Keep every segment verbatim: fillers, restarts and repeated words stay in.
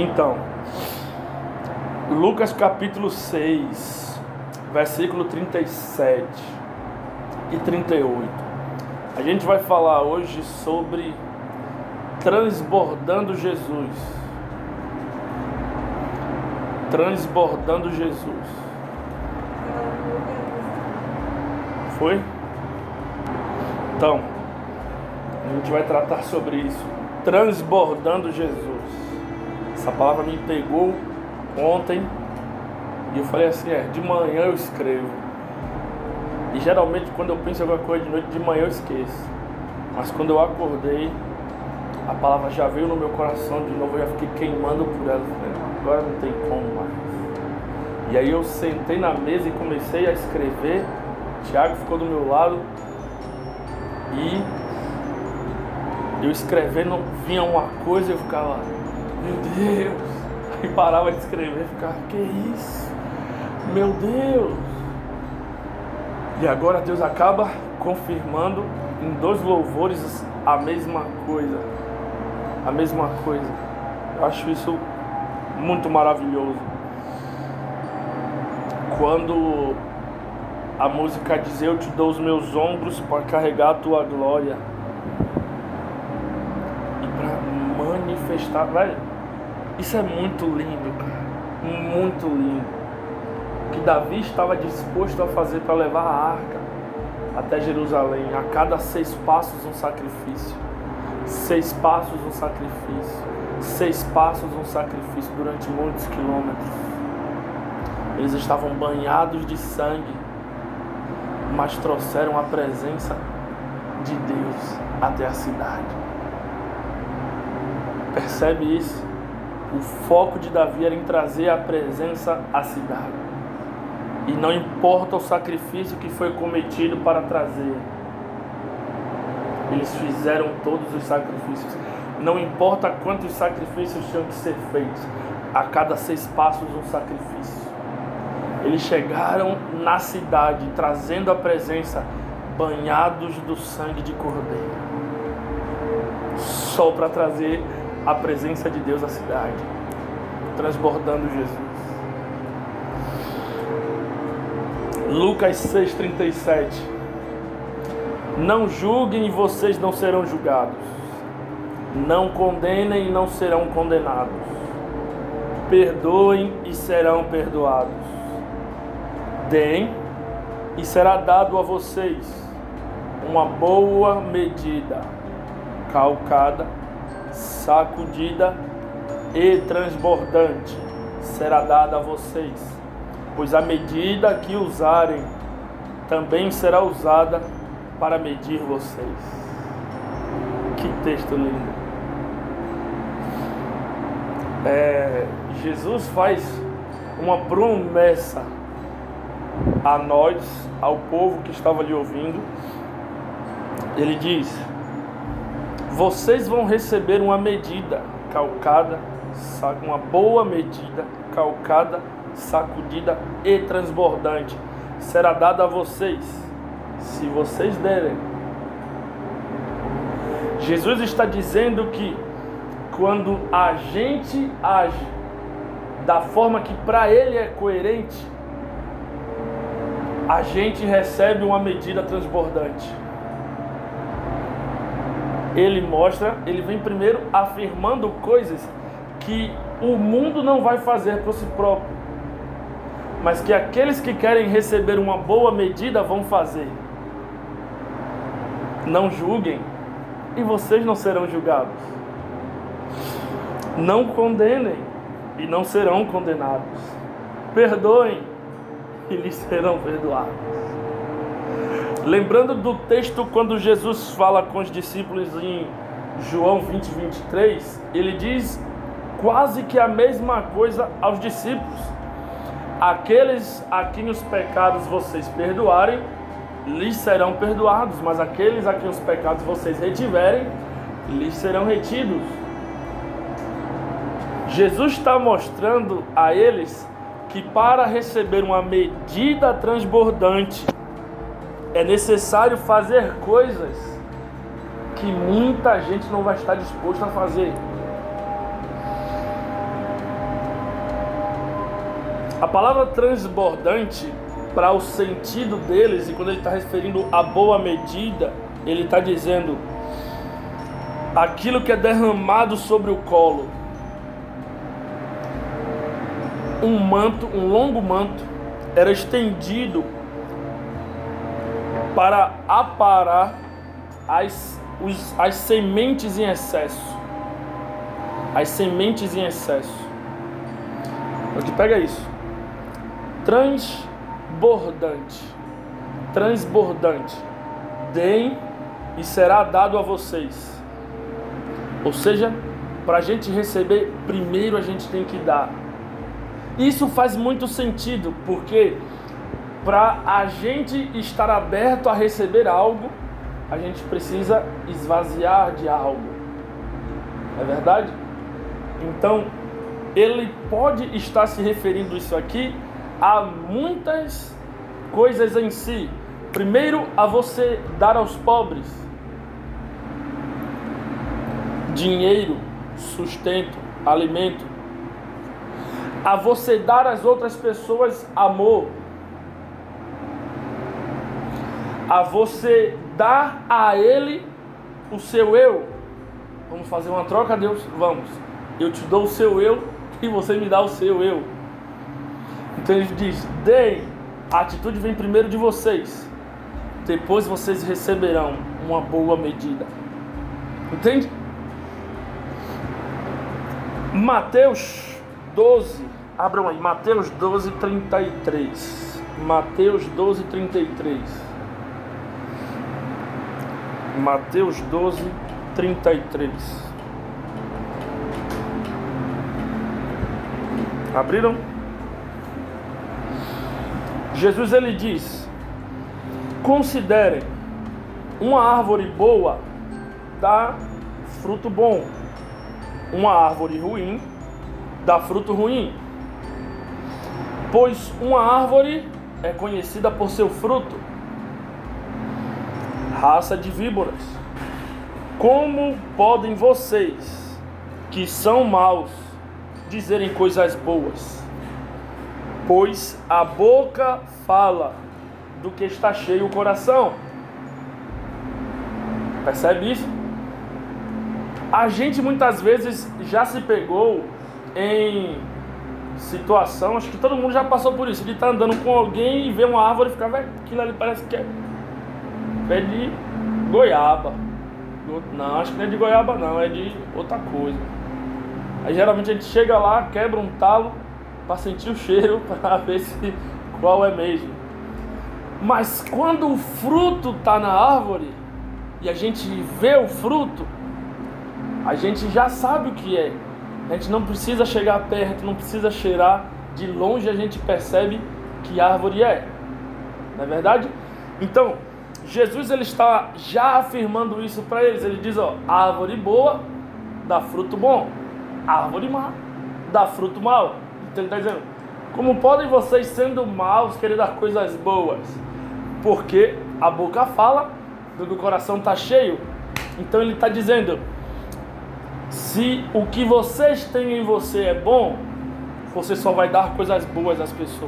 Então, Lucas capítulo seis, versículo trinta e sete e trinta e oito. A gente vai falar hoje sobre transbordando Jesus. Transbordando Jesus. Foi? Então, a gente vai tratar sobre isso. Transbordando Jesus. Essa palavra me pegou ontem e eu falei assim, é, de manhã eu escrevo. E geralmente quando eu penso em alguma coisa de noite, de manhã eu esqueço. Mas quando eu acordei, a palavra já veio no meu coração de novo, eu já fiquei queimando por ela. Falei, agora não tem como mais. E aí eu sentei na mesa e comecei a escrever. Tiago ficou do meu lado e eu escrevendo, vinha uma coisa e eu ficava, meu Deus, aí parava de escrever e ficava, que isso, meu Deus. E agora Deus acaba confirmando em dois louvores a mesma coisa, a mesma coisa. Eu acho isso muito maravilhoso. Quando a música diz, eu te dou os meus ombros para carregar a tua glória e para manifestar, velho, isso é muito lindo, cara, muito lindo. O que Davi estava disposto a fazer para levar a arca até Jerusalém, a cada seis passos um sacrifício, seis passos um sacrifício, seis passos um sacrifício durante muitos quilômetros. Eles estavam banhados de sangue, mas trouxeram a presença de Deus até a cidade. Percebe isso? O foco de Davi era em trazer a presença à cidade. E não importa o sacrifício que foi cometido para trazer. Eles fizeram todos os sacrifícios. Não importa quantos sacrifícios tinham que ser feitos. A cada seis passos um sacrifício. Eles chegaram na cidade, trazendo a presença, banhados do sangue de cordeiro. Só para trazer a presença de Deus à cidade. Transbordando Jesus. Lucas seis, trinta e sete. Não julguem e vocês não serão julgados. Não condenem e não serão condenados. Perdoem e serão perdoados. Deem e será dado a vocês uma boa medida, calcada, sacudida e transbordante será dada a vocês, pois a medida que usarem também será usada para medir vocês. Que texto lindo! É, Jesus faz uma promessa a nós, ao povo que estava lhe ouvindo. Ele diz, vocês vão receber uma medida calcada, uma boa medida, calcada, sacudida e transbordante. Será dada a vocês, se vocês derem. Jesus está dizendo que quando a gente age da forma que para ele é coerente, a gente recebe uma medida transbordante. Ele mostra, ele vem primeiro afirmando coisas que o mundo não vai fazer por si próprio, mas que aqueles que querem receber uma boa medida vão fazer. Não julguem e vocês não serão julgados. Não condenem e não serão condenados. Perdoem e lhes serão perdoados. Lembrando do texto quando Jesus fala com os discípulos em João vinte, vinte e três, ele diz quase que a mesma coisa aos discípulos. Aqueles a quem os pecados vocês perdoarem, lhes serão perdoados, mas aqueles a quem os pecados vocês retiverem, lhes serão retidos. Jesus está mostrando a eles que para receber uma medida transbordante é necessário fazer coisas que muita gente não vai estar disposto a fazer. A palavra transbordante, para o sentido deles, e quando ele está referindo a boa medida, ele está dizendo aquilo que é derramado sobre o colo. Um manto, um longo manto, era estendido para aparar as, os, as sementes em excesso. As sementes em excesso. Aqui pega isso. Transbordante. Transbordante. Deem e será dado a vocês. Ou seja, para a gente receber, primeiro a gente tem que dar. Isso faz muito sentido, porque para a gente estar aberto a receber algo, a gente precisa esvaziar de algo. É verdade? Então, ele pode estar se referindo isso aqui a muitas coisas em si. Primeiro, a você dar aos pobres dinheiro, sustento, alimento. A você dar às outras pessoas amor. A você dar a ele o seu eu. Vamos fazer uma troca, Deus? Vamos. Eu te dou o seu eu e você me dá o seu eu. Então ele diz: deem. A atitude vem primeiro de vocês. Depois vocês receberão uma boa medida. Entende? Mateus doze. Abram aí. Mateus doze, trinta e três. Mateus doze, trinta e três. Mateus doze, trinta e três. Abriram? Jesus ele diz: considerem, uma árvore boa dá fruto bom, uma árvore ruim dá fruto ruim, pois uma árvore é conhecida por seu fruto. Raça de víboras, como podem vocês, que são maus, dizerem coisas boas? Pois a boca fala do que está cheio o coração. Percebe isso? A gente muitas vezes já se pegou em situação, acho que todo mundo já passou por isso, de estar andando com alguém e ver uma árvore e ficar, velho, aquilo ali parece que é pé de goiaba. Não, acho que não é de goiaba não, é de outra coisa. Aí geralmente a gente chega lá, quebra um talo para sentir o cheiro, para ver se qual é mesmo. Mas quando o fruto está na árvore e a gente vê o fruto, a gente já sabe o que é. A gente não precisa chegar perto, não precisa cheirar. De longe a gente percebe que árvore é. Não é verdade? Então, Jesus ele está já afirmando isso para eles. Ele diz, ó, árvore boa dá fruto bom, árvore má dá fruto mau. Então ele está dizendo, como podem vocês, sendo maus, querer dar coisas boas? Porque a boca fala do que o coração está cheio. Então ele está dizendo, se o que vocês têm em você é bom, você só vai dar coisas boas às pessoas.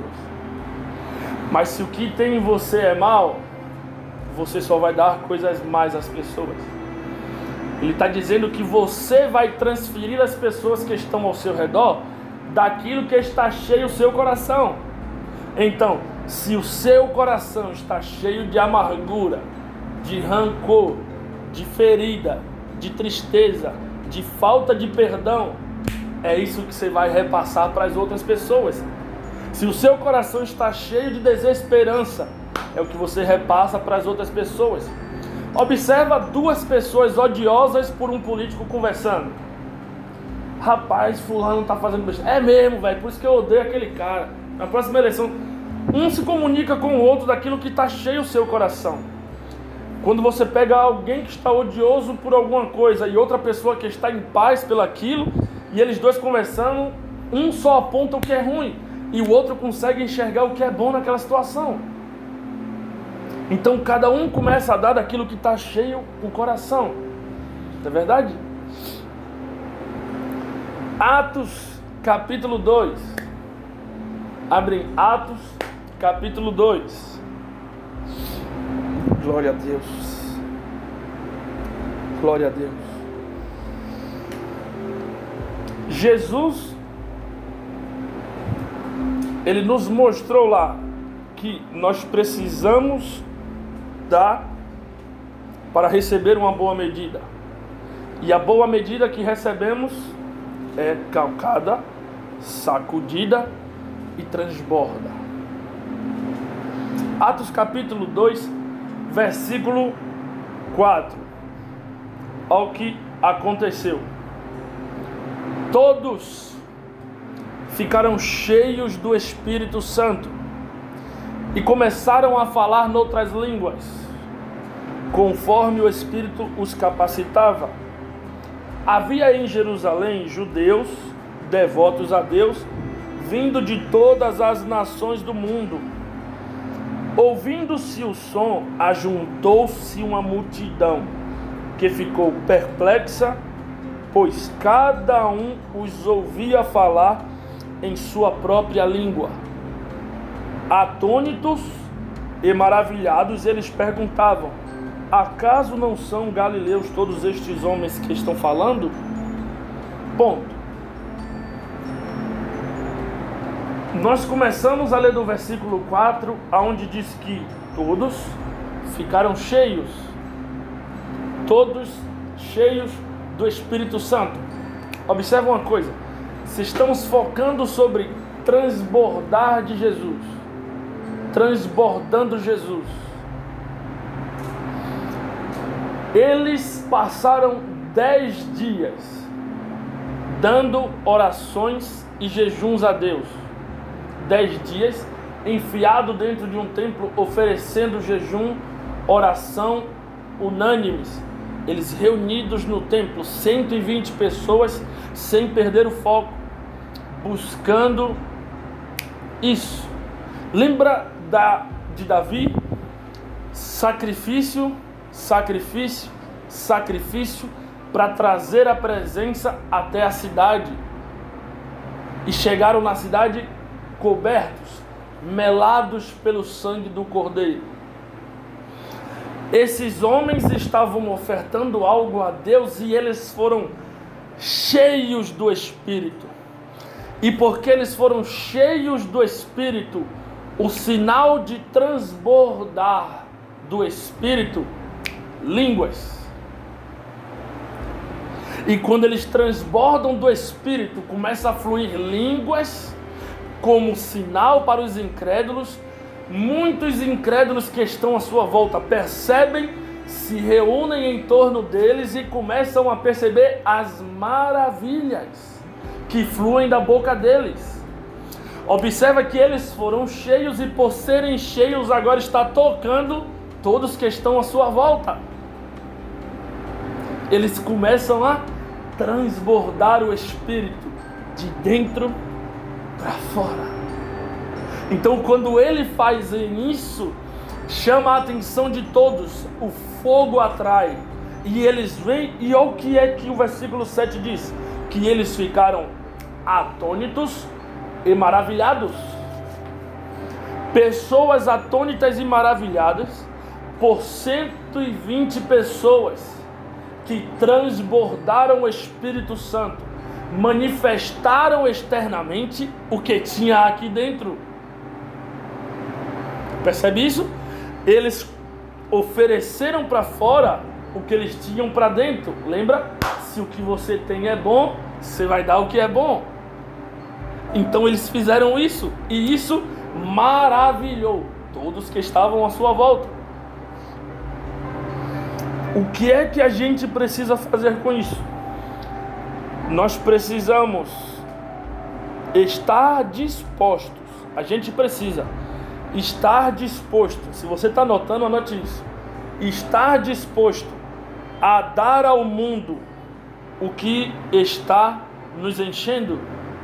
Mas se o que tem em você é mal, você só vai dar coisas más às pessoas. Ele está dizendo que você vai transferir às pessoas que estão ao seu redor daquilo que está cheio o seu coração. Então, se o seu coração está cheio de amargura, de rancor, de ferida, de tristeza, de falta de perdão, é isso que você vai repassar para as outras pessoas. Se o seu coração está cheio de desesperança, é o que você repassa para as outras pessoas. Observa duas pessoas odiosas por um político conversando. Rapaz, fulano tá fazendo besteira. É mesmo, velho, por isso que eu odeio aquele cara. Na próxima eleição, um se comunica com o outro daquilo que está cheio o seu coração. Quando você pega alguém que está odioso por alguma coisa e outra pessoa que está em paz pelaquilo, e eles dois conversando, um só aponta o que é ruim e o outro consegue enxergar o que é bom naquela situação. Então cada um começa a dar daquilo que está cheio o coração. Não é verdade? Atos capítulo dois. Abrem Atos, capítulo dois. Glória a Deus. Glória a Deus. Jesus, Ele nos mostrou lá que nós precisamos dar para receber uma boa medida. E a boa medida que recebemos é calcada, sacudida e transborda. Atos capítulo dois, versículo quatro. Olha o que aconteceu. Todos ficaram cheios do Espírito Santo e começaram a falar noutras línguas, conforme o Espírito os capacitava. Havia em Jerusalém judeus devotos a Deus, vindo de todas as nações do mundo. Ouvindo-se o som, ajuntou-se uma multidão, que ficou perplexa, pois cada um os ouvia falar em sua própria língua. Atônitos e maravilhados, eles perguntavam: acaso não são galileus todos estes homens que estão falando? Ponto. Nós começamos a ler do versículo quatro, onde diz que todos ficaram cheios, todos cheios do Espírito Santo. Observe uma coisa, se estamos focando sobre transbordar de Jesus, transbordando Jesus, eles passaram dez dias dando orações e jejuns a Deus. Dez dias enfiado dentro de um templo, oferecendo jejum, oração unânimes. Eles reunidos no templo, cento e vinte pessoas, sem perder o foco, buscando isso. Lembra da, de Davi? Sacrifício, sacrifício, sacrifício, para trazer a presença até a cidade. E chegaram na cidade cobertos, melados pelo sangue do Cordeiro. Esses homens estavam ofertando algo a Deus e eles foram cheios do Espírito. E porque eles foram cheios do Espírito, o sinal de transbordar do Espírito, línguas. E quando eles transbordam do Espírito, começa a fluir línguas como sinal para os incrédulos. Muitos incrédulos que estão à sua volta percebem, se reúnem em torno deles e começam a perceber as maravilhas que fluem da boca deles. Observa que eles foram cheios e por serem cheios agora está tocando todos que estão à sua volta. Eles começam a transbordar o Espírito de dentro para fora. Então quando ele faz isso, chama a atenção de todos, o fogo atrai, e eles vêm, e olha o que é que o versículo sete diz, que eles ficaram atônitos e maravilhados. Pessoas atônitas e maravilhadas por cento e vinte pessoas que transbordaram o Espírito Santo, manifestaram externamente o que tinha aqui dentro. Percebe isso? Eles ofereceram para fora o que eles tinham para dentro. Lembra? Se o que você tem é bom, você vai dar o que é bom. Então eles fizeram isso, e isso maravilhou todos que estavam à sua volta. O que é que a gente precisa fazer com isso? Nós precisamos estar dispostos. A gente precisa estar disposto. Se você está anotando, anote isso. Estar disposto a dar ao mundo o que está nos enchendo.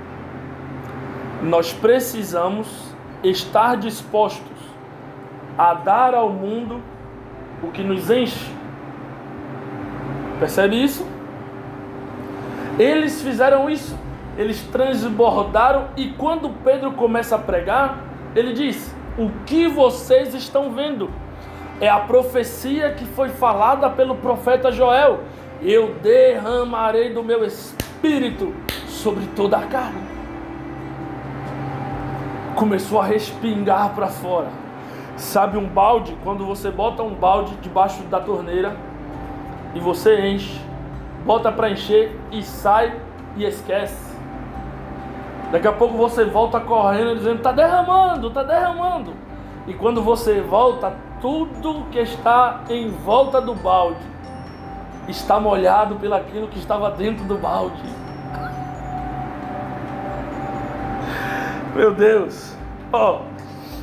Nós precisamos estar dispostos a dar ao mundo o que nos enche. Percebe isso? Eles fizeram isso. eles transbordaram, e quando Pedro começa a pregar, ele diz: o que vocês estão vendo? É a profecia que foi falada pelo profeta Joel: eu derramarei do meu espírito sobre toda a carne. Começou a respingar para fora. Sabe um balde? Quando você bota um balde debaixo da torneira e você enche, bota para encher e sai e esquece. Daqui a pouco você volta correndo dizendo: está derramando, está derramando. E quando você volta, tudo que está em volta do balde está molhado pelaquilo que estava dentro do balde. Meu Deus. Ó, oh.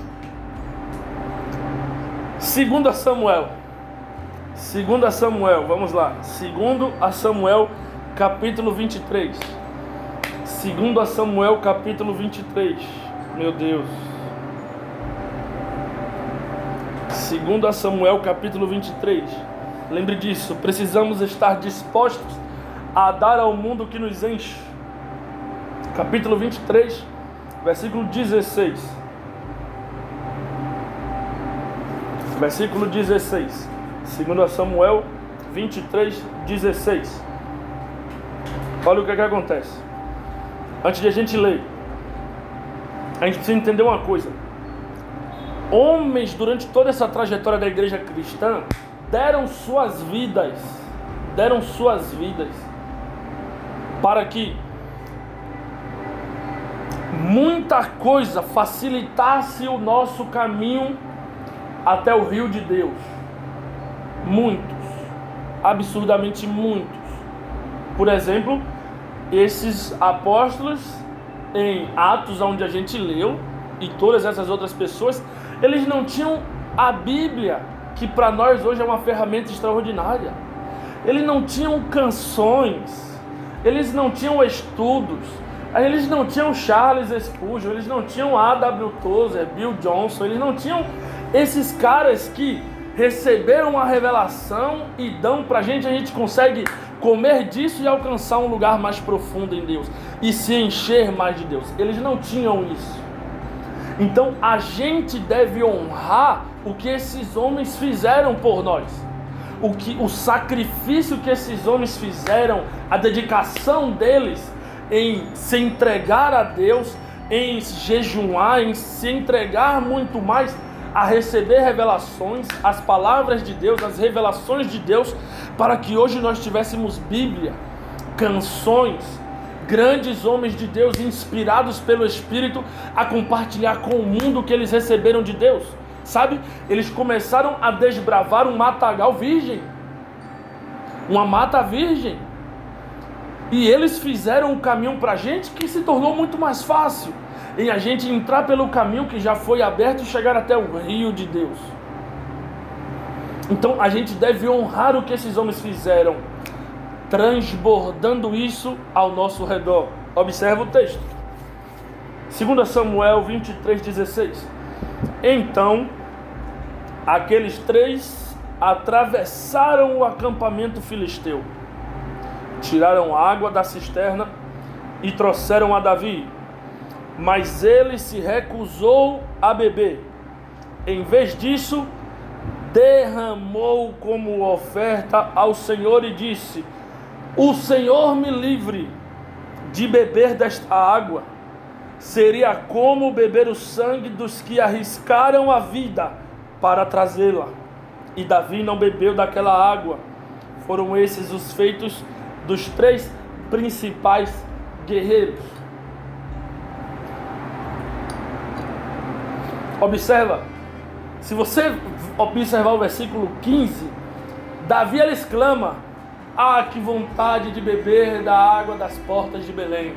Segundo a Samuel. Segundo a Samuel, vamos lá. Segundo a Samuel, capítulo vinte e três. Segundo a Samuel, capítulo vinte e três. Meu Deus. Segundo a Samuel, capítulo vinte e três. Lembre disso, precisamos estar dispostos a dar ao mundo o que nos enche. Capítulo vinte e três, versículo dezesseis. Versículo dezesseis. Segundo a Samuel, vinte e três, dezesseis. Olha o que é que acontece. Antes de a gente ler, a gente precisa entender uma coisa. Homens, durante toda essa trajetória da igreja cristã, deram suas vidas, deram suas vidas para que muita coisa facilitasse o nosso caminho até o rio de Deus. Muitos, absurdamente muitos. Por exemplo, esses apóstolos em Atos, onde a gente leu, e todas essas outras pessoas, eles não tinham a Bíblia, que para nós hoje é uma ferramenta extraordinária. Eles não tinham canções, eles não tinham estudos, eles não tinham Charles Spurgeon, eles não tinham A W Tozer, Bill Johnson, eles não tinham esses caras que receberam uma revelação e dão pra gente, a gente consegue comer disso e alcançar um lugar mais profundo em Deus e se encher mais de Deus. Eles não tinham isso. Então a gente deve honrar o que esses homens fizeram por nós, o, que, o sacrifício que esses homens fizeram, a dedicação deles em se entregar a Deus, em jejuar, em se entregar muito mais a receber revelações, as palavras de Deus, as revelações de Deus, para que hoje nós tivéssemos Bíblia, canções, grandes homens de Deus inspirados pelo Espírito a compartilhar com o mundo o que eles receberam de Deus. Sabe? Eles começaram a desbravar um matagal virgem, uma mata virgem, e eles fizeram um caminho para a gente que se tornou muito mais fácil em a gente entrar pelo caminho que já foi aberto e chegar até o rio de Deus. Então a gente deve honrar o que esses homens fizeram, transbordando isso ao nosso redor. Observa o texto. Segundo Samuel vinte e três, dezesseis. Então aqueles três atravessaram o acampamento filisteu, tiraram água da cisterna e trouxeram a Davi. Mas ele se recusou a beber. Em vez disso, derramou como oferta ao Senhor e disse: o Senhor me livre de beber desta água. Seria como beber o sangue dos que arriscaram a vida para trazê-la. E Davi não bebeu daquela água. Foram esses os feitos dos três principais guerreiros. Observa, se você observar o versículo quinze, Davi ele exclama: ah, que vontade de beber da água das portas de Belém.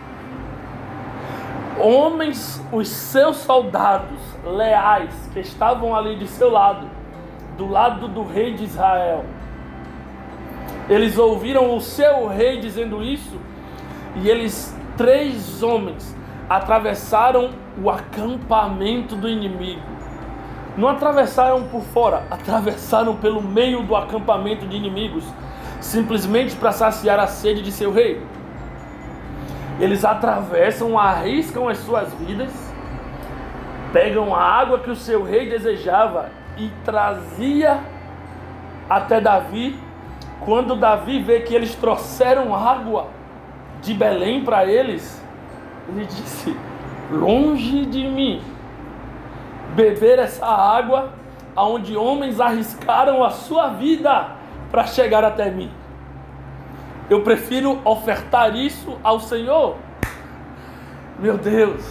Homens, os seus soldados leais que estavam ali de seu lado, do lado do rei de Israel, eles ouviram o seu rei dizendo isso, e eles, três homens, atravessaram o acampamento do inimigo. Não atravessaram por fora, atravessaram pelo meio do acampamento de inimigos, simplesmente para saciar a sede de seu rei. Eles atravessam, arriscam as suas vidas, pegam a água que o seu rei desejava e trazia até Davi. Quando Davi vê que eles trouxeram água de Belém para eles, ele disse: longe de mim beber essa água aonde homens arriscaram a sua vida para chegar até mim. Eu prefiro ofertar isso ao Senhor. Meu Deus,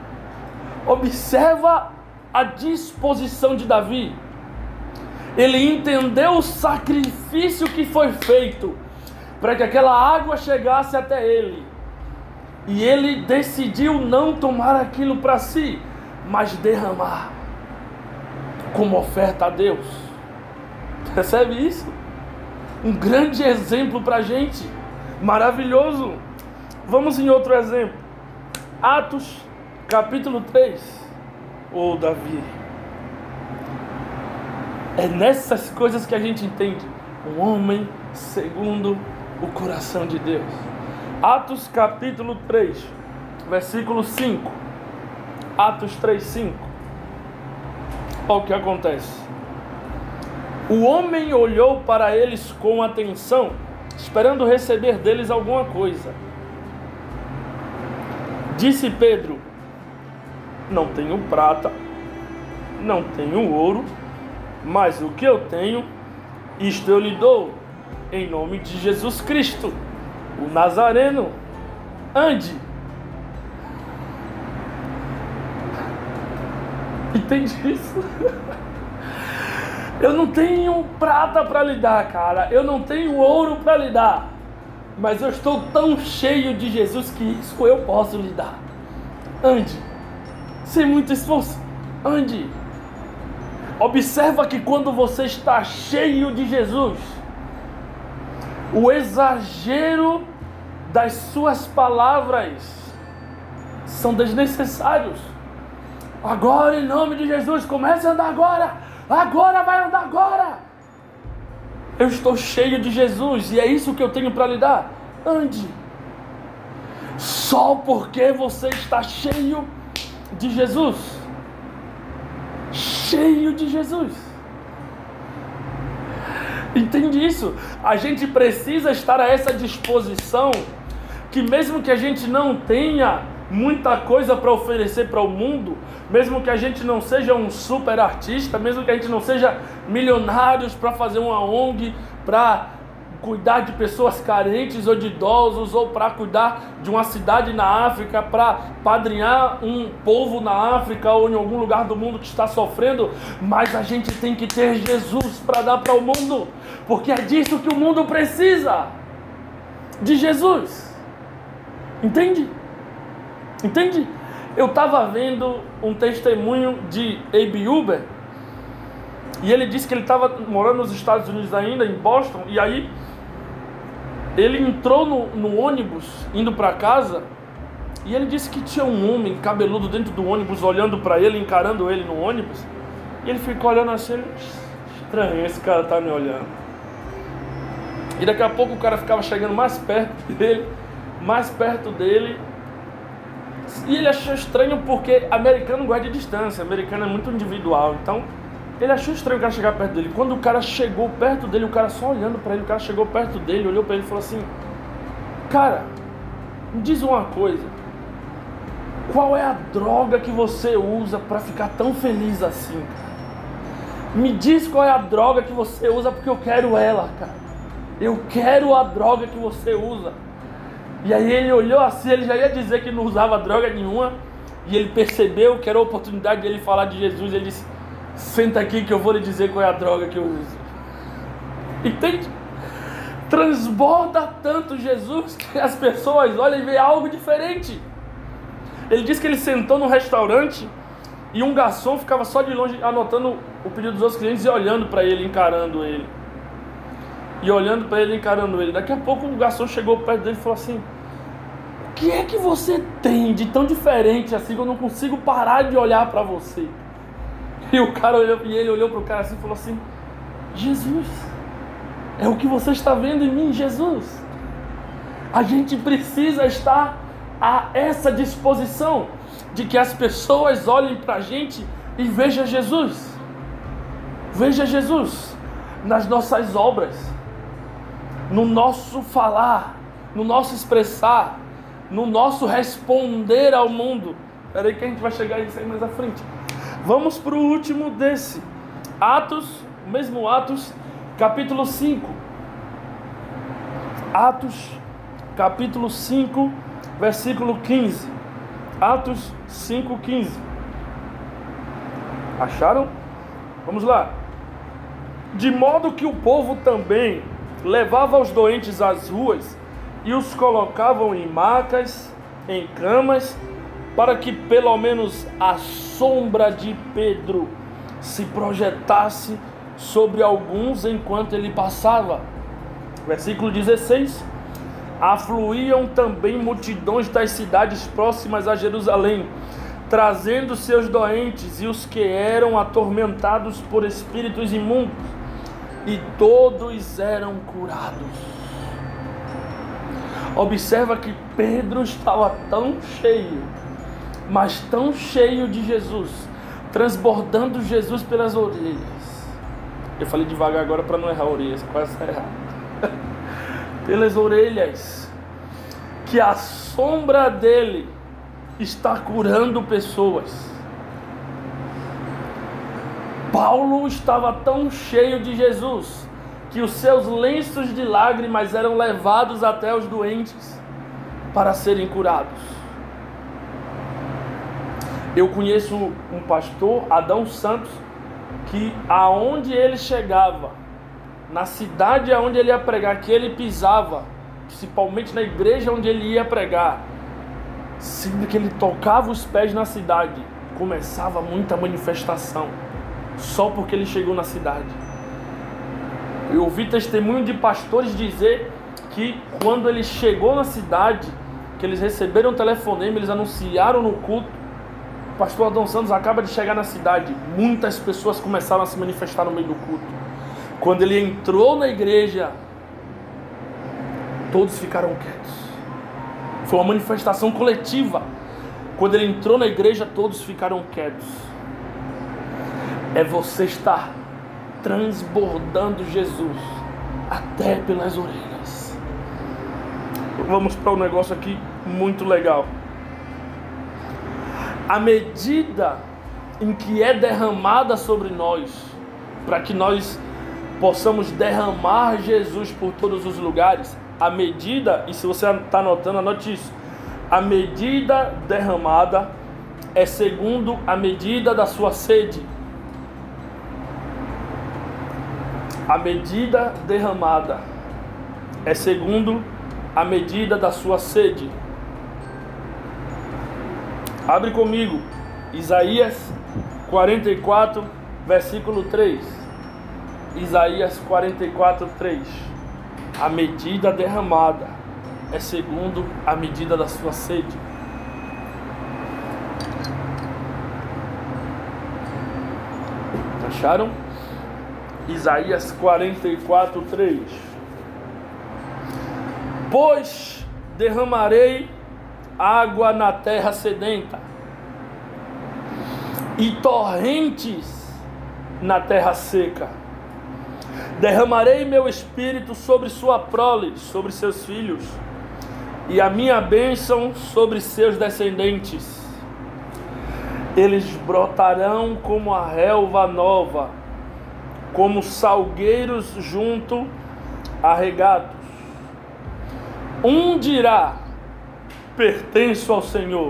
observa a disposição de Davi. Ele entendeu o sacrifício que foi feito para que aquela água chegasse até ele. E ele decidiu não tomar aquilo para si, mas derramar como oferta a Deus. Percebe isso? Um grande exemplo para a gente. Maravilhoso. Vamos em outro exemplo. Atos capítulo três. Ô Davi, é nessas coisas que a gente entende um homem segundo o coração de Deus. Atos capítulo três, versículo cinco. Atos três, cinco. Olha o que acontece. O homem olhou para eles com atenção, esperando receber deles alguma coisa. Disse Pedro: não tenho prata, não tenho ouro, mas o que eu tenho, isto eu lhe dou, em nome de Jesus Cristo, o Nazareno, ande. Entende isso? Eu não tenho prata para lhe dar, cara, eu não tenho ouro para lhe dar, mas eu estou tão cheio de Jesus que isso eu posso lhe dar. Ande, sem muito esforço, ande. Observa que quando você está cheio de Jesus, o exagero das suas palavras são desnecessários. Agora, em nome de Jesus, comece a andar agora. Agora vai andar agora. Eu estou cheio de Jesus e é isso que eu tenho para lhe dar. Ande. Só porque você está cheio de Jesus. Cheio de Jesus. Entende isso? A gente precisa estar a essa disposição, que mesmo que a gente não tenha muita coisa para oferecer para o mundo, mesmo que a gente não seja um super artista, mesmo que a gente não seja milionários para fazer uma O N G, para cuidar de pessoas carentes ou de idosos, ou para cuidar de uma cidade na África, para padrinhar um povo na África ou em algum lugar do mundo que está sofrendo, mas a gente tem que ter Jesus para dar para o mundo, porque é disso que o mundo precisa, de Jesus. Entende? Entende? Eu estava vendo um testemunho de Abe Uber, e ele disse que ele estava morando nos Estados Unidos ainda, em Boston, e aí ele entrou no, no ônibus, indo para casa, e ele disse que tinha um homem cabeludo dentro do ônibus, olhando para ele, encarando ele no ônibus, e ele ficou olhando assim, ele, estranho, esse cara tá me olhando. E daqui a pouco o cara ficava chegando mais perto dele, mais perto dele, e ele achou estranho porque americano guarda de distância, americano é muito individual, então ele achou estranho o cara chegar perto dele. Quando o cara chegou perto dele, o cara só olhando pra ele, o cara chegou perto dele, olhou pra ele e falou assim: cara, me diz uma coisa, qual é a droga que você usa pra ficar tão feliz assim, cara? Me diz qual é a droga que você usa, porque eu quero ela, cara. Eu quero a droga que você usa. E aí ele olhou assim, ele já ia dizer que não usava droga nenhuma, e ele percebeu que era a oportunidade de ele falar de Jesus. Ele disse: senta aqui que eu vou lhe dizer qual é a droga que eu uso. Entende? Transborda tanto Jesus que as pessoas olham e veem algo diferente. Ele disse que ele sentou num restaurante e um garçom ficava só de longe anotando o pedido dos outros clientes e olhando para ele, encarando ele. E olhando para ele, encarando ele. Daqui a pouco o garçom chegou perto dele e falou assim: o que é que você tem de tão diferente assim que eu não consigo parar de olhar para você? E o cara olhou, e ele olhou para o cara assim e falou assim: Jesus, é o que você está vendo em mim, Jesus. A gente precisa estar há essa disposição de que as pessoas olhem para a gente e vejam Jesus. Veja Jesus nas nossas obras, no nosso falar, no nosso expressar, no nosso responder ao mundo. Espera aí que a gente vai chegar nisso aí mais à frente. Vamos para o último desse. Atos, mesmo Atos, capítulo cinco. Atos, capítulo cinco, versículo quinze. Atos cinco, quinze. Acharam? Vamos lá. De modo que o povo também levava os doentes às ruas e os colocavam em macas, em camas, para que pelo menos a sombra de Pedro se projetasse sobre alguns enquanto ele passava. Versículo dezesseis. Afluíam também multidões das cidades próximas a Jerusalém, trazendo seus doentes e os que eram atormentados por espíritos imundos, e todos eram curados. Observa que Pedro estava tão cheio, mas tão cheio de Jesus, transbordando Jesus pelas orelhas. Eu falei devagar agora para não errar orelhas, quase errado. Pelas orelhas, que a sombra dele está curando pessoas. Paulo estava tão cheio de Jesus que os seus lenços de lágrimas eram levados até os doentes para serem curados. Eu conheço um pastor, Adão Santos, que aonde ele chegava, na cidade aonde ele ia pregar, que ele pisava, principalmente na igreja onde ele ia pregar, sempre que ele tocava os pés na cidade, começava muita manifestação, só porque ele chegou na cidade. Eu ouvi testemunho de pastores dizer que quando ele chegou na cidade, que eles receberam um telefonema, eles anunciaram no culto: o pastor Adão Santos acaba de chegar na cidade. Muitas pessoas começaram a se manifestar no meio do culto. Quando ele entrou na igreja, todos ficaram quietos. Foi uma manifestação coletiva. Quando ele entrou na igreja, todos ficaram quietos. É você estar transbordando Jesus até pelas orelhas. Vamos para um negócio aqui muito legal. A medida em que é derramada sobre nós, para que nós possamos derramar Jesus por todos os lugares, a medida, e se você está anotando, anote isso: a medida derramada é segundo a medida da sua sede. A medida derramada é segundo a medida da sua sede. Abre comigo, Isaías quarenta e quatro, versículo três. Isaías quarenta e quatro, três. A medida derramada é segundo a medida da sua sede. Acharam? Isaías quarenta e quatro, três. Pois derramarei água na terra sedenta e torrentes na terra seca. Derramarei meu espírito sobre sua prole, sobre seus filhos, e a minha bênção sobre seus descendentes. Eles brotarão como a relva nova, como salgueiros junto a regatos. Um dirá: pertenço ao Senhor.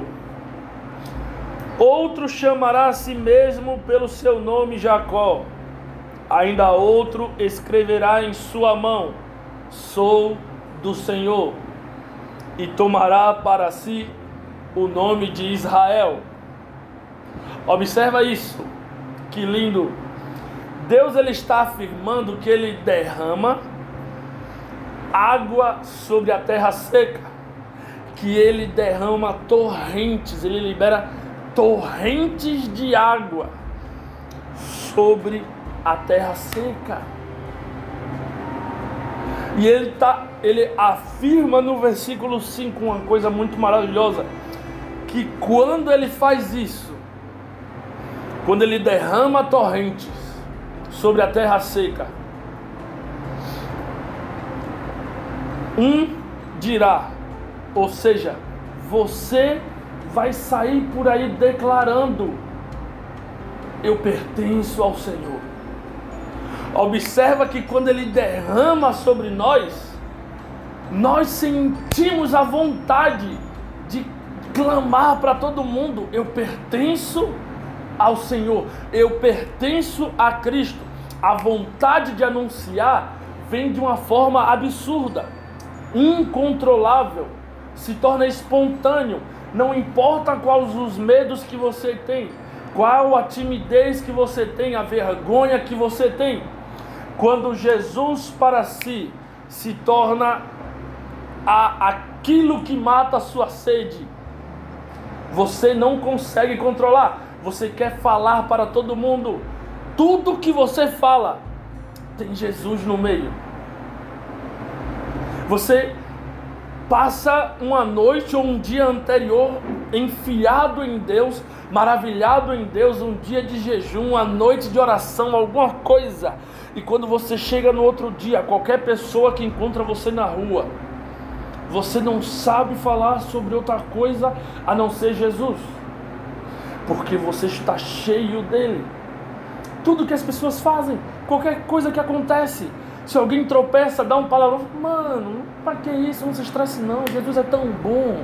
Outro chamará a si mesmo pelo seu nome Jacó. Ainda outro escreverá em sua mão: sou do Senhor. E tomará para si o nome de Israel. Observa isso, que lindo. Deus ele está afirmando que ele derrama água sobre a terra seca, que ele derrama torrentes, ele libera torrentes de água sobre a terra seca. E ele está ele afirma no versículo cinco uma coisa muito maravilhosa, que quando ele faz isso, quando ele derrama torrentes sobre a terra seca, um dirá, ou seja, você vai sair por aí declarando: eu pertenço ao Senhor. Observa que quando ele derrama sobre nós, nós sentimos a vontade de clamar para todo mundo: eu pertenço ao Senhor, eu pertenço a Cristo. A vontade de anunciar vem de uma forma absurda, incontrolável, se torna espontâneo. Não importa quais os medos que você tem, qual a timidez que você tem, a vergonha que você tem, quando Jesus para si se torna a, aquilo que mata a sua sede, você não consegue controlar. Você quer falar para todo mundo. Tudo que você fala tem Jesus no meio. Você passa uma noite ou um dia anterior enfiado em Deus, maravilhado em Deus, um dia de jejum, uma noite de oração, alguma coisa. E quando você chega no outro dia, qualquer pessoa que encontra você na rua, você não sabe falar sobre outra coisa a não ser Jesus, porque você está cheio dele. Tudo que as pessoas fazem, qualquer coisa que acontece, se alguém tropeça, dá um palavrão, mano, para que isso? Não se estresse não, Jesus é tão bom.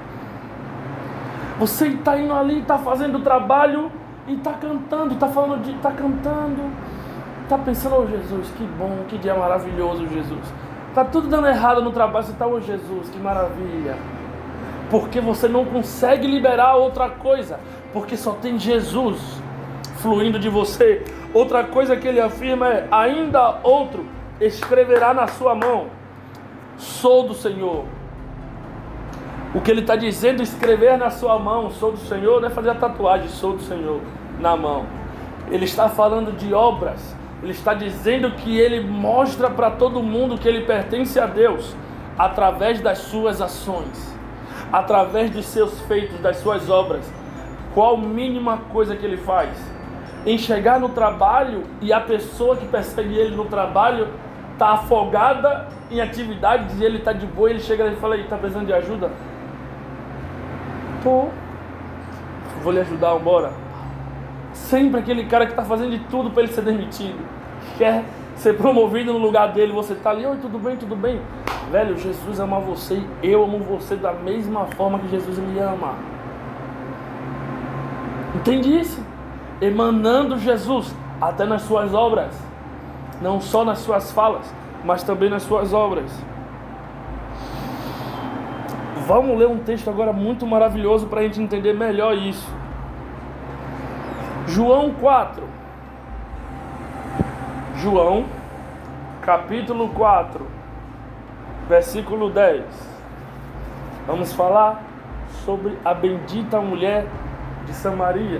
Você está indo ali, está fazendo o trabalho e está cantando, está falando de, está cantando, está pensando: oh Jesus, que bom, que dia maravilhoso, Jesus. Está tudo dando errado no trabalho, você está: oh Jesus, que maravilha. Porque você não consegue liberar outra coisa, porque só tem Jesus fluindo de você. Outra coisa que ele afirma é: ainda outro escreverá na sua mão: sou do Senhor. O que ele está dizendo, escrever na sua mão, sou do Senhor, não é fazer a tatuagem, sou do Senhor, na mão. Ele está falando de obras. Ele está dizendo que ele mostra para todo mundo que ele pertence a Deus através das suas ações, através dos seus feitos, das suas obras. Qual a mínima coisa que ele faz? Em chegar no trabalho e a pessoa que persegue ele no trabalho está afogada em atividades e ele está de boa, ele chega e fala: está precisando de ajuda? Tô. Vou lhe ajudar, bora. Sempre aquele cara que está fazendo de tudo para ele ser demitido, quer ser promovido no lugar dele, você está ali: oi, tudo bem, tudo bem? Velho, Jesus ama você e eu amo você da mesma forma que Jesus me ama. Entende isso? Emanando Jesus até nas suas obras, não só nas suas falas, mas também nas suas obras. Vamos ler um texto agora muito maravilhoso para a gente entender melhor isso. João quatro. João, capítulo quatro, versículo dez. Vamos falar sobre a bendita mulher de Samaria.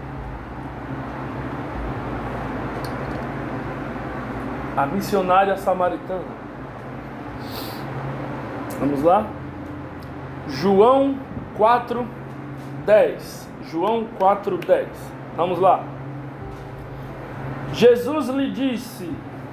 A missionária samaritana. Vamos lá? João quatro, dez. João quatro, dez. Vamos lá. Jesus lhe disse: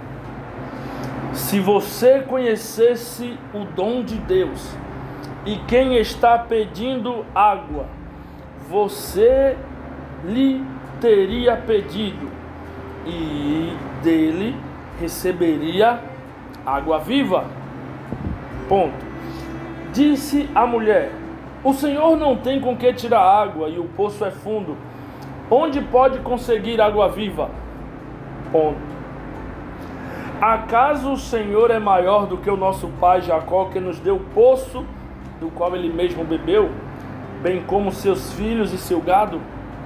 se você conhecesse o dom de Deus e quem está pedindo água, você lhe teria pedido e dele receberia água viva. Ponto. Disse a mulher: o Senhor não tem com que tirar água e o poço é fundo. Onde pode conseguir água viva? Ponto. Acaso o Senhor é maior do que o nosso pai Jacó, que nos deu o poço do qual ele mesmo bebeu, bem como seus filhos e seu gado?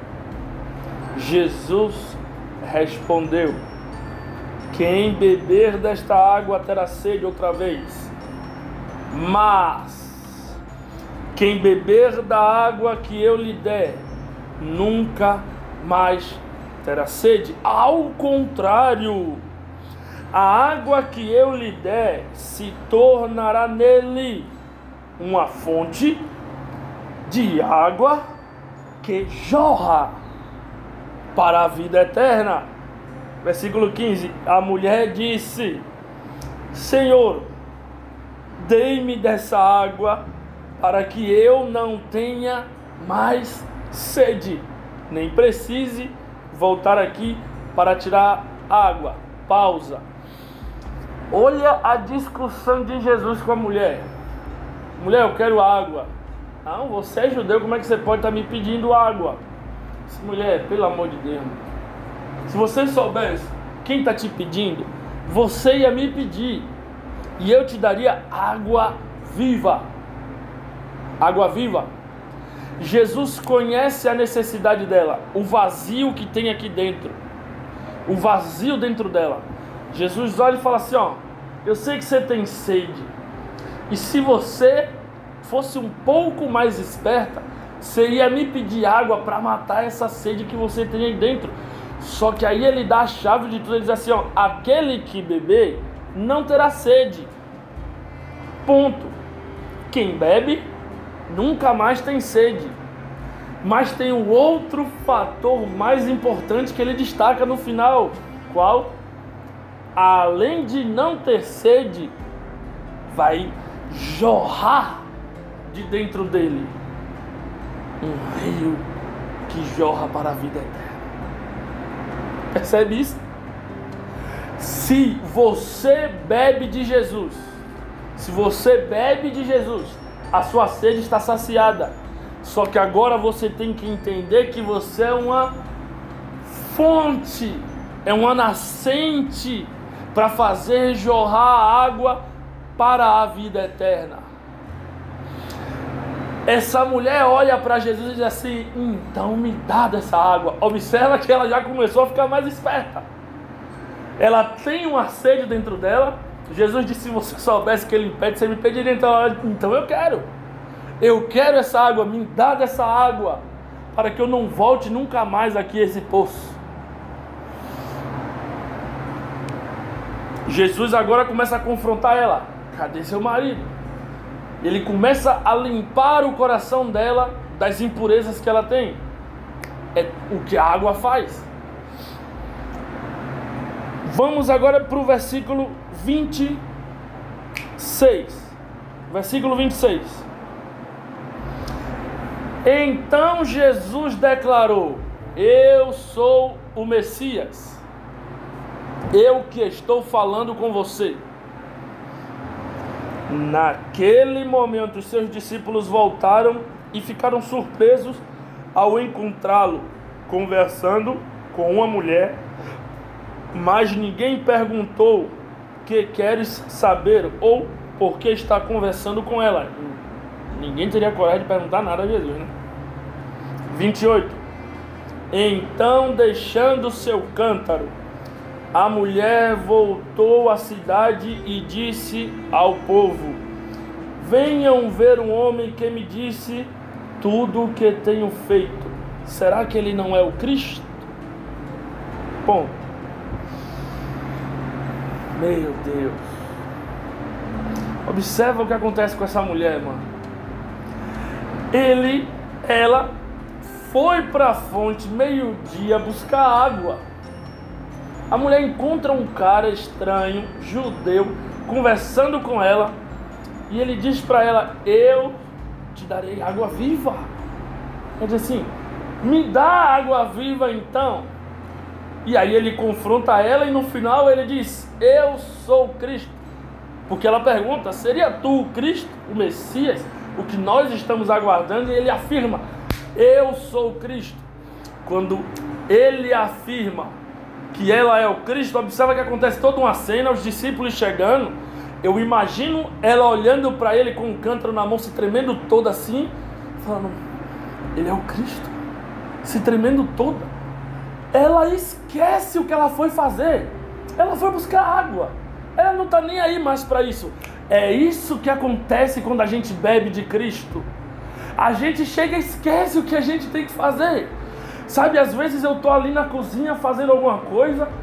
Jesus respondeu: quem beber desta água terá sede outra vez, mas quem beber da água que eu lhe der, nunca mais terá sede. Ao contrário, a água que eu lhe der se tornará nele uma fonte de água que jorra para a vida eterna. Versículo quinze. A mulher disse: Senhor, dei-me dessa água para que eu não tenha mais sede, nem precise voltar aqui para tirar água. Pausa. Olha a discussão de Jesus com a mulher. Mulher, eu quero água. Não, você é judeu, como é que você pode estar me pedindo água? Mulher, pelo amor de Deus, se você soubesse quem está te pedindo, você ia me pedir e eu te daria água viva. Água viva. Jesus conhece a necessidade dela, o vazio que tem aqui dentro, o vazio dentro dela. Jesus olha e fala assim: ó, eu sei que você tem sede, e se você fosse um pouco mais esperta, você ia me pedir água para matar essa sede que você tem aí dentro. Só que aí ele dá a chave de tudo, ele diz assim: ó, aquele que beber não terá sede. Ponto. Quem bebe nunca mais tem sede. Mas tem um outro fator mais importante que ele destaca no final. Qual? Além de não ter sede, vai jorrar de dentro dele um rio que jorra para a vida eterna. Percebe isso? Se você bebe de Jesus, se você bebe de Jesus, a sua sede está saciada. Só que agora você tem que entender que você é uma fonte, é uma nascente para fazer jorrar água para a vida eterna. Essa mulher olha para Jesus e diz assim: então me dá dessa água. Observa que ela já começou a ficar mais esperta. Ela tem uma sede dentro dela. Jesus disse: se você soubesse que ele pede, você me pediria. Então, então eu quero. Eu quero essa água, me dá dessa água, para que eu não volte nunca mais aqui a esse poço. Jesus agora começa a confrontar ela. Cadê seu marido? Ele começa a limpar o coração dela das impurezas que ela tem. É o que a água faz. Vamos agora para o versículo vinte e seis. Versículo vinte e seis. Então Jesus declarou: eu sou o Messias, eu que estou falando com você. Naquele momento, os seus discípulos voltaram e ficaram surpresos ao encontrá-lo conversando com uma mulher, mas ninguém perguntou: que queres saber? Ou por que está conversando com ela? Ninguém teria coragem de perguntar nada a Jesus, né? vinte e oito. Então, deixando seu cântaro, a mulher voltou à cidade e disse ao povo: venham ver um homem que me disse tudo o que tenho feito. Será que ele não é o Cristo? Bom, meu Deus, observa o que acontece com essa mulher, mano. Ele, ela foi para a fonte meio-dia buscar água. A mulher encontra um cara estranho, judeu, conversando com ela, e ele diz para ela: eu te darei água viva. Ele diz assim: me dá água viva então. E aí ele confronta ela e no final ele diz: eu sou Cristo. Porque ela pergunta: seria tu o Cristo, o Messias, o que nós estamos aguardando? E ele afirma: eu sou o Cristo. Quando ele afirma que ela é o Cristo, observa que acontece toda uma cena, os discípulos chegando. Eu imagino ela olhando para ele com um cântaro na mão, se tremendo toda assim, falando: ele é o Cristo, se tremendo toda. Ela esquece o que ela foi fazer. Ela foi buscar água. Ela não está nem aí mais para isso. É isso que acontece quando a gente bebe de Cristo. A gente chega e esquece o que a gente tem que fazer. Sabe, às vezes eu estou ali na cozinha fazendo alguma coisa,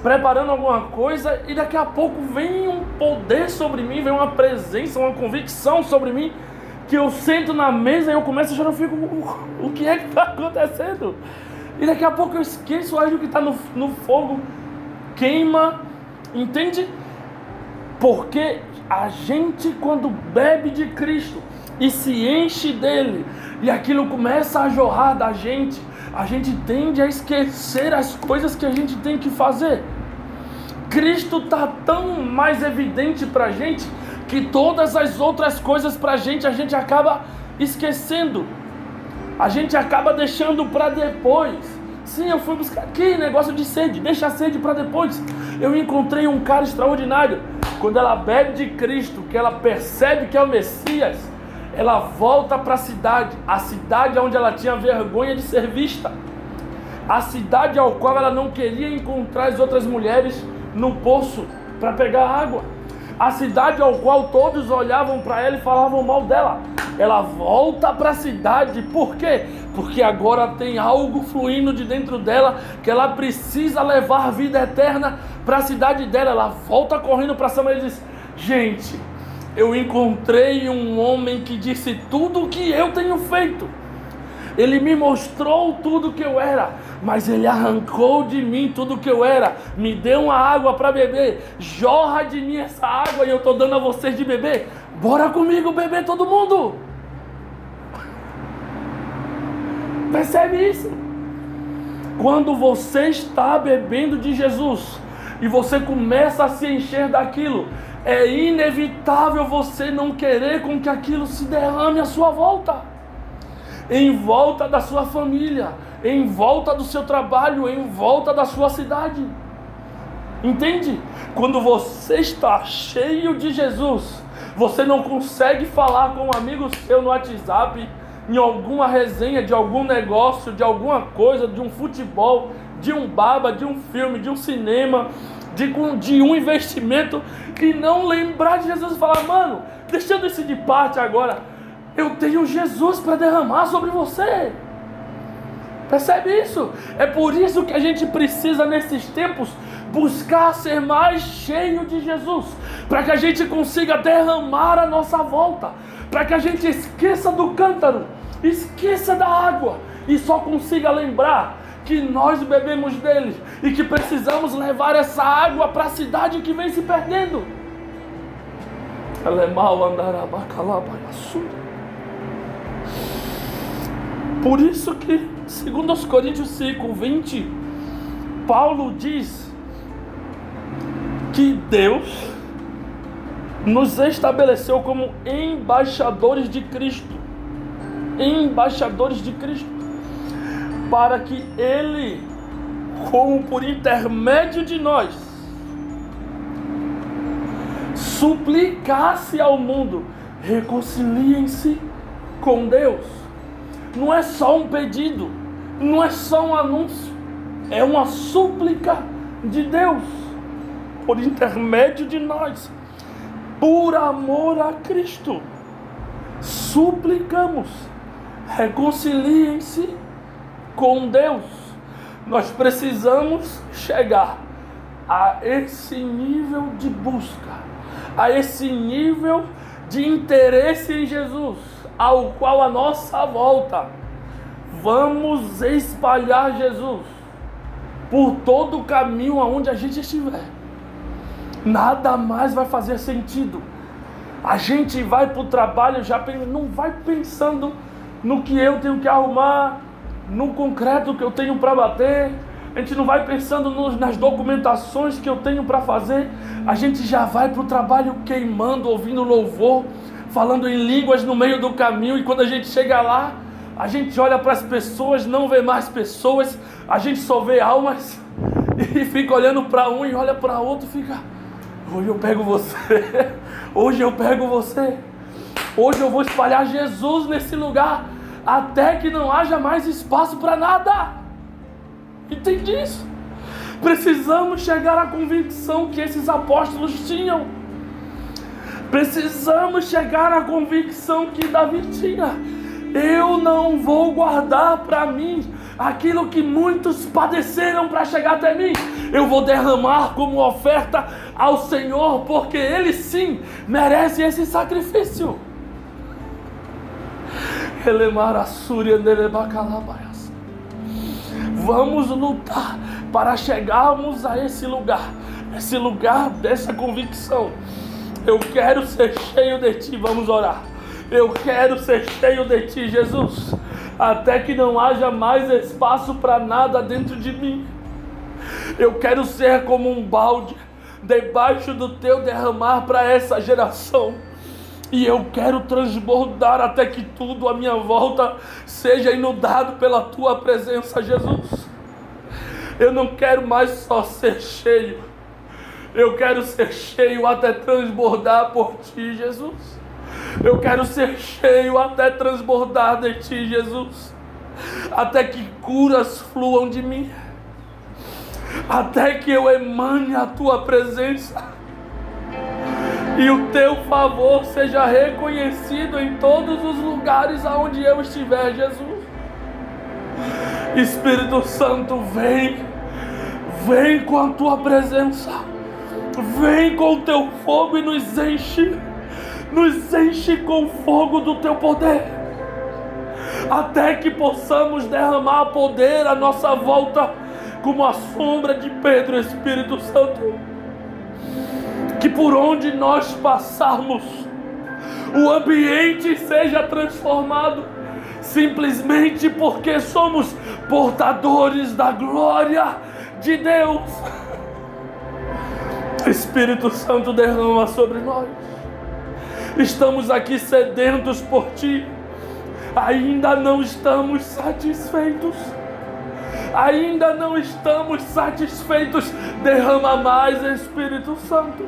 preparando alguma coisa, e daqui a pouco vem um poder sobre mim, vem uma presença, uma convicção sobre mim, que eu sento na mesa e eu começo a chorar, eu fico, o que é que está acontecendo? E daqui a pouco eu esqueço algo que está no, no fogo, queima, entende? Porque a gente, quando bebe de Cristo e se enche dele, e aquilo começa a jorrar da gente, a gente tende a esquecer as coisas que a gente tem que fazer. Cristo está tão mais evidente para a gente, que todas as outras coisas para a gente, a gente acaba esquecendo. A gente acaba deixando para depois. Sim, eu fui buscar aqui, negócio de sede, deixa a sede para depois. Eu encontrei um cara extraordinário. Quando ela bebe de Cristo, que ela percebe que é o Messias, ela volta para a cidade, a cidade onde ela tinha vergonha de ser vista, a cidade ao qual ela não queria encontrar as outras mulheres no poço para pegar água, a cidade ao qual todos olhavam para ela e falavam mal dela. Ela volta para a cidade, por quê? Porque agora tem algo fluindo de dentro dela, que ela precisa levar vida eterna para a cidade dela. Ela volta correndo para Samaria e diz: gente, eu encontrei um homem que disse tudo o que eu tenho feito. Ele me mostrou tudo o que eu era, mas ele arrancou de mim tudo o que eu era. Me deu uma água para beber. Jorra de mim essa água e eu estou dando a vocês de beber. Bora comigo beber todo mundo. Percebe isso? Quando você está bebendo de Jesus e você começa a se encher daquilo, é inevitável você não querer com que aquilo se derrame à sua volta. Em volta da sua família, em volta do seu trabalho, em volta da sua cidade. Entende? Quando você está cheio de Jesus, você não consegue falar com um amigo seu no WhatsApp, em alguma resenha de algum negócio, de alguma coisa, de um futebol, de um baba, de um filme, de um cinema, de, de um investimento, e não lembrar de Jesus e falar: mano, deixando isso de parte agora, eu tenho Jesus para derramar sobre você. Percebe isso? É por isso que a gente precisa, nesses tempos, buscar ser mais cheio de Jesus, para que a gente consiga derramar a nossa volta, para que a gente esqueça do cântaro, esqueça da água, e só consiga lembrar que nós bebemos dele, e que precisamos levar essa água para a cidade que vem se perdendo. Por isso que, segundo os Coríntios cinco, vinte, Paulo diz que Deus nos estabeleceu como embaixadores de Cristo, embaixadores de Cristo, para que Ele, como por intermédio de nós, suplicasse ao mundo: reconciliem-se com Deus. Não é só um pedido, não é só um anúncio, é uma súplica de Deus, por intermédio de nós, por amor a Cristo. Suplicamos: reconciliem-se com Deus. Nós precisamos chegar a esse nível de busca, a esse nível de interesse em Jesus, ao qual a nossa volta vamos espalhar Jesus por todo o caminho aonde a gente estiver. Nada mais vai fazer sentido. A gente vai para o trabalho, já não vai pensando no que eu tenho que arrumar, no concreto que eu tenho para bater. A gente não vai pensando nos, nas documentações que eu tenho para fazer. A gente já vai para o trabalho queimando, ouvindo louvor, falando em línguas no meio do caminho. E quando a gente chega lá, a gente olha para as pessoas, não vê mais pessoas, a gente só vê almas, e fica olhando para um e olha para outro e fica: hoje eu pego você, hoje eu pego você, hoje eu vou espalhar Jesus nesse lugar, até que não haja mais espaço para nada. Entende isso? Precisamos chegar à convicção que esses apóstolos tinham. Precisamos chegar à convicção que Davi tinha: eu não vou guardar para mim aquilo que muitos padeceram para chegar até mim, eu vou derramar como oferta ao Senhor, porque Ele sim merece esse sacrifício. Vamos lutar para chegarmos a esse lugar, esse lugar dessa convicção. Eu quero ser cheio de Ti, vamos orar. Eu quero ser cheio de Ti, Jesus, até que não haja mais espaço para nada dentro de mim. Eu quero ser como um balde debaixo do Teu derramar para essa geração. E eu quero transbordar até que tudo à minha volta seja inundado pela Tua presença, Jesus. Eu não quero mais só ser cheio. Eu quero ser cheio até transbordar por Ti, Jesus. Eu quero ser cheio até transbordar de Ti, Jesus. Até que curas fluam de mim. Até que eu emane a Tua presença. E o Teu favor seja reconhecido em todos os lugares aonde eu estiver, Jesus. Espírito Santo, vem. Vem com a Tua presença. Vem com o Teu fogo e nos enche. Nos enche com o fogo do Teu poder. Até que possamos derramar poder à nossa volta, como a sombra de Pedro, Espírito Santo. Que por onde nós passarmos, o ambiente seja transformado, simplesmente porque somos portadores da glória de Deus. Espírito Santo, derrama sobre nós. Estamos aqui sedentos por Ti. Ainda não estamos satisfeitos. Ainda não estamos satisfeitos. Derrama mais, Espírito Santo.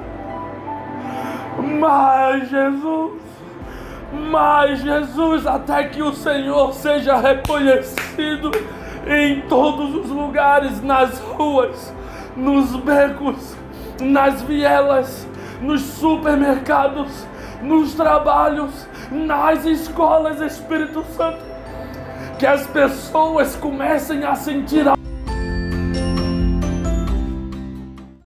Mais, Jesus. Mais, Jesus, até que o Senhor seja reconhecido em todos os lugares, nas ruas, nos becos, nas vielas, nos supermercados, nos trabalhos, nas escolas, Espírito Santo. Que as pessoas comecem a sentir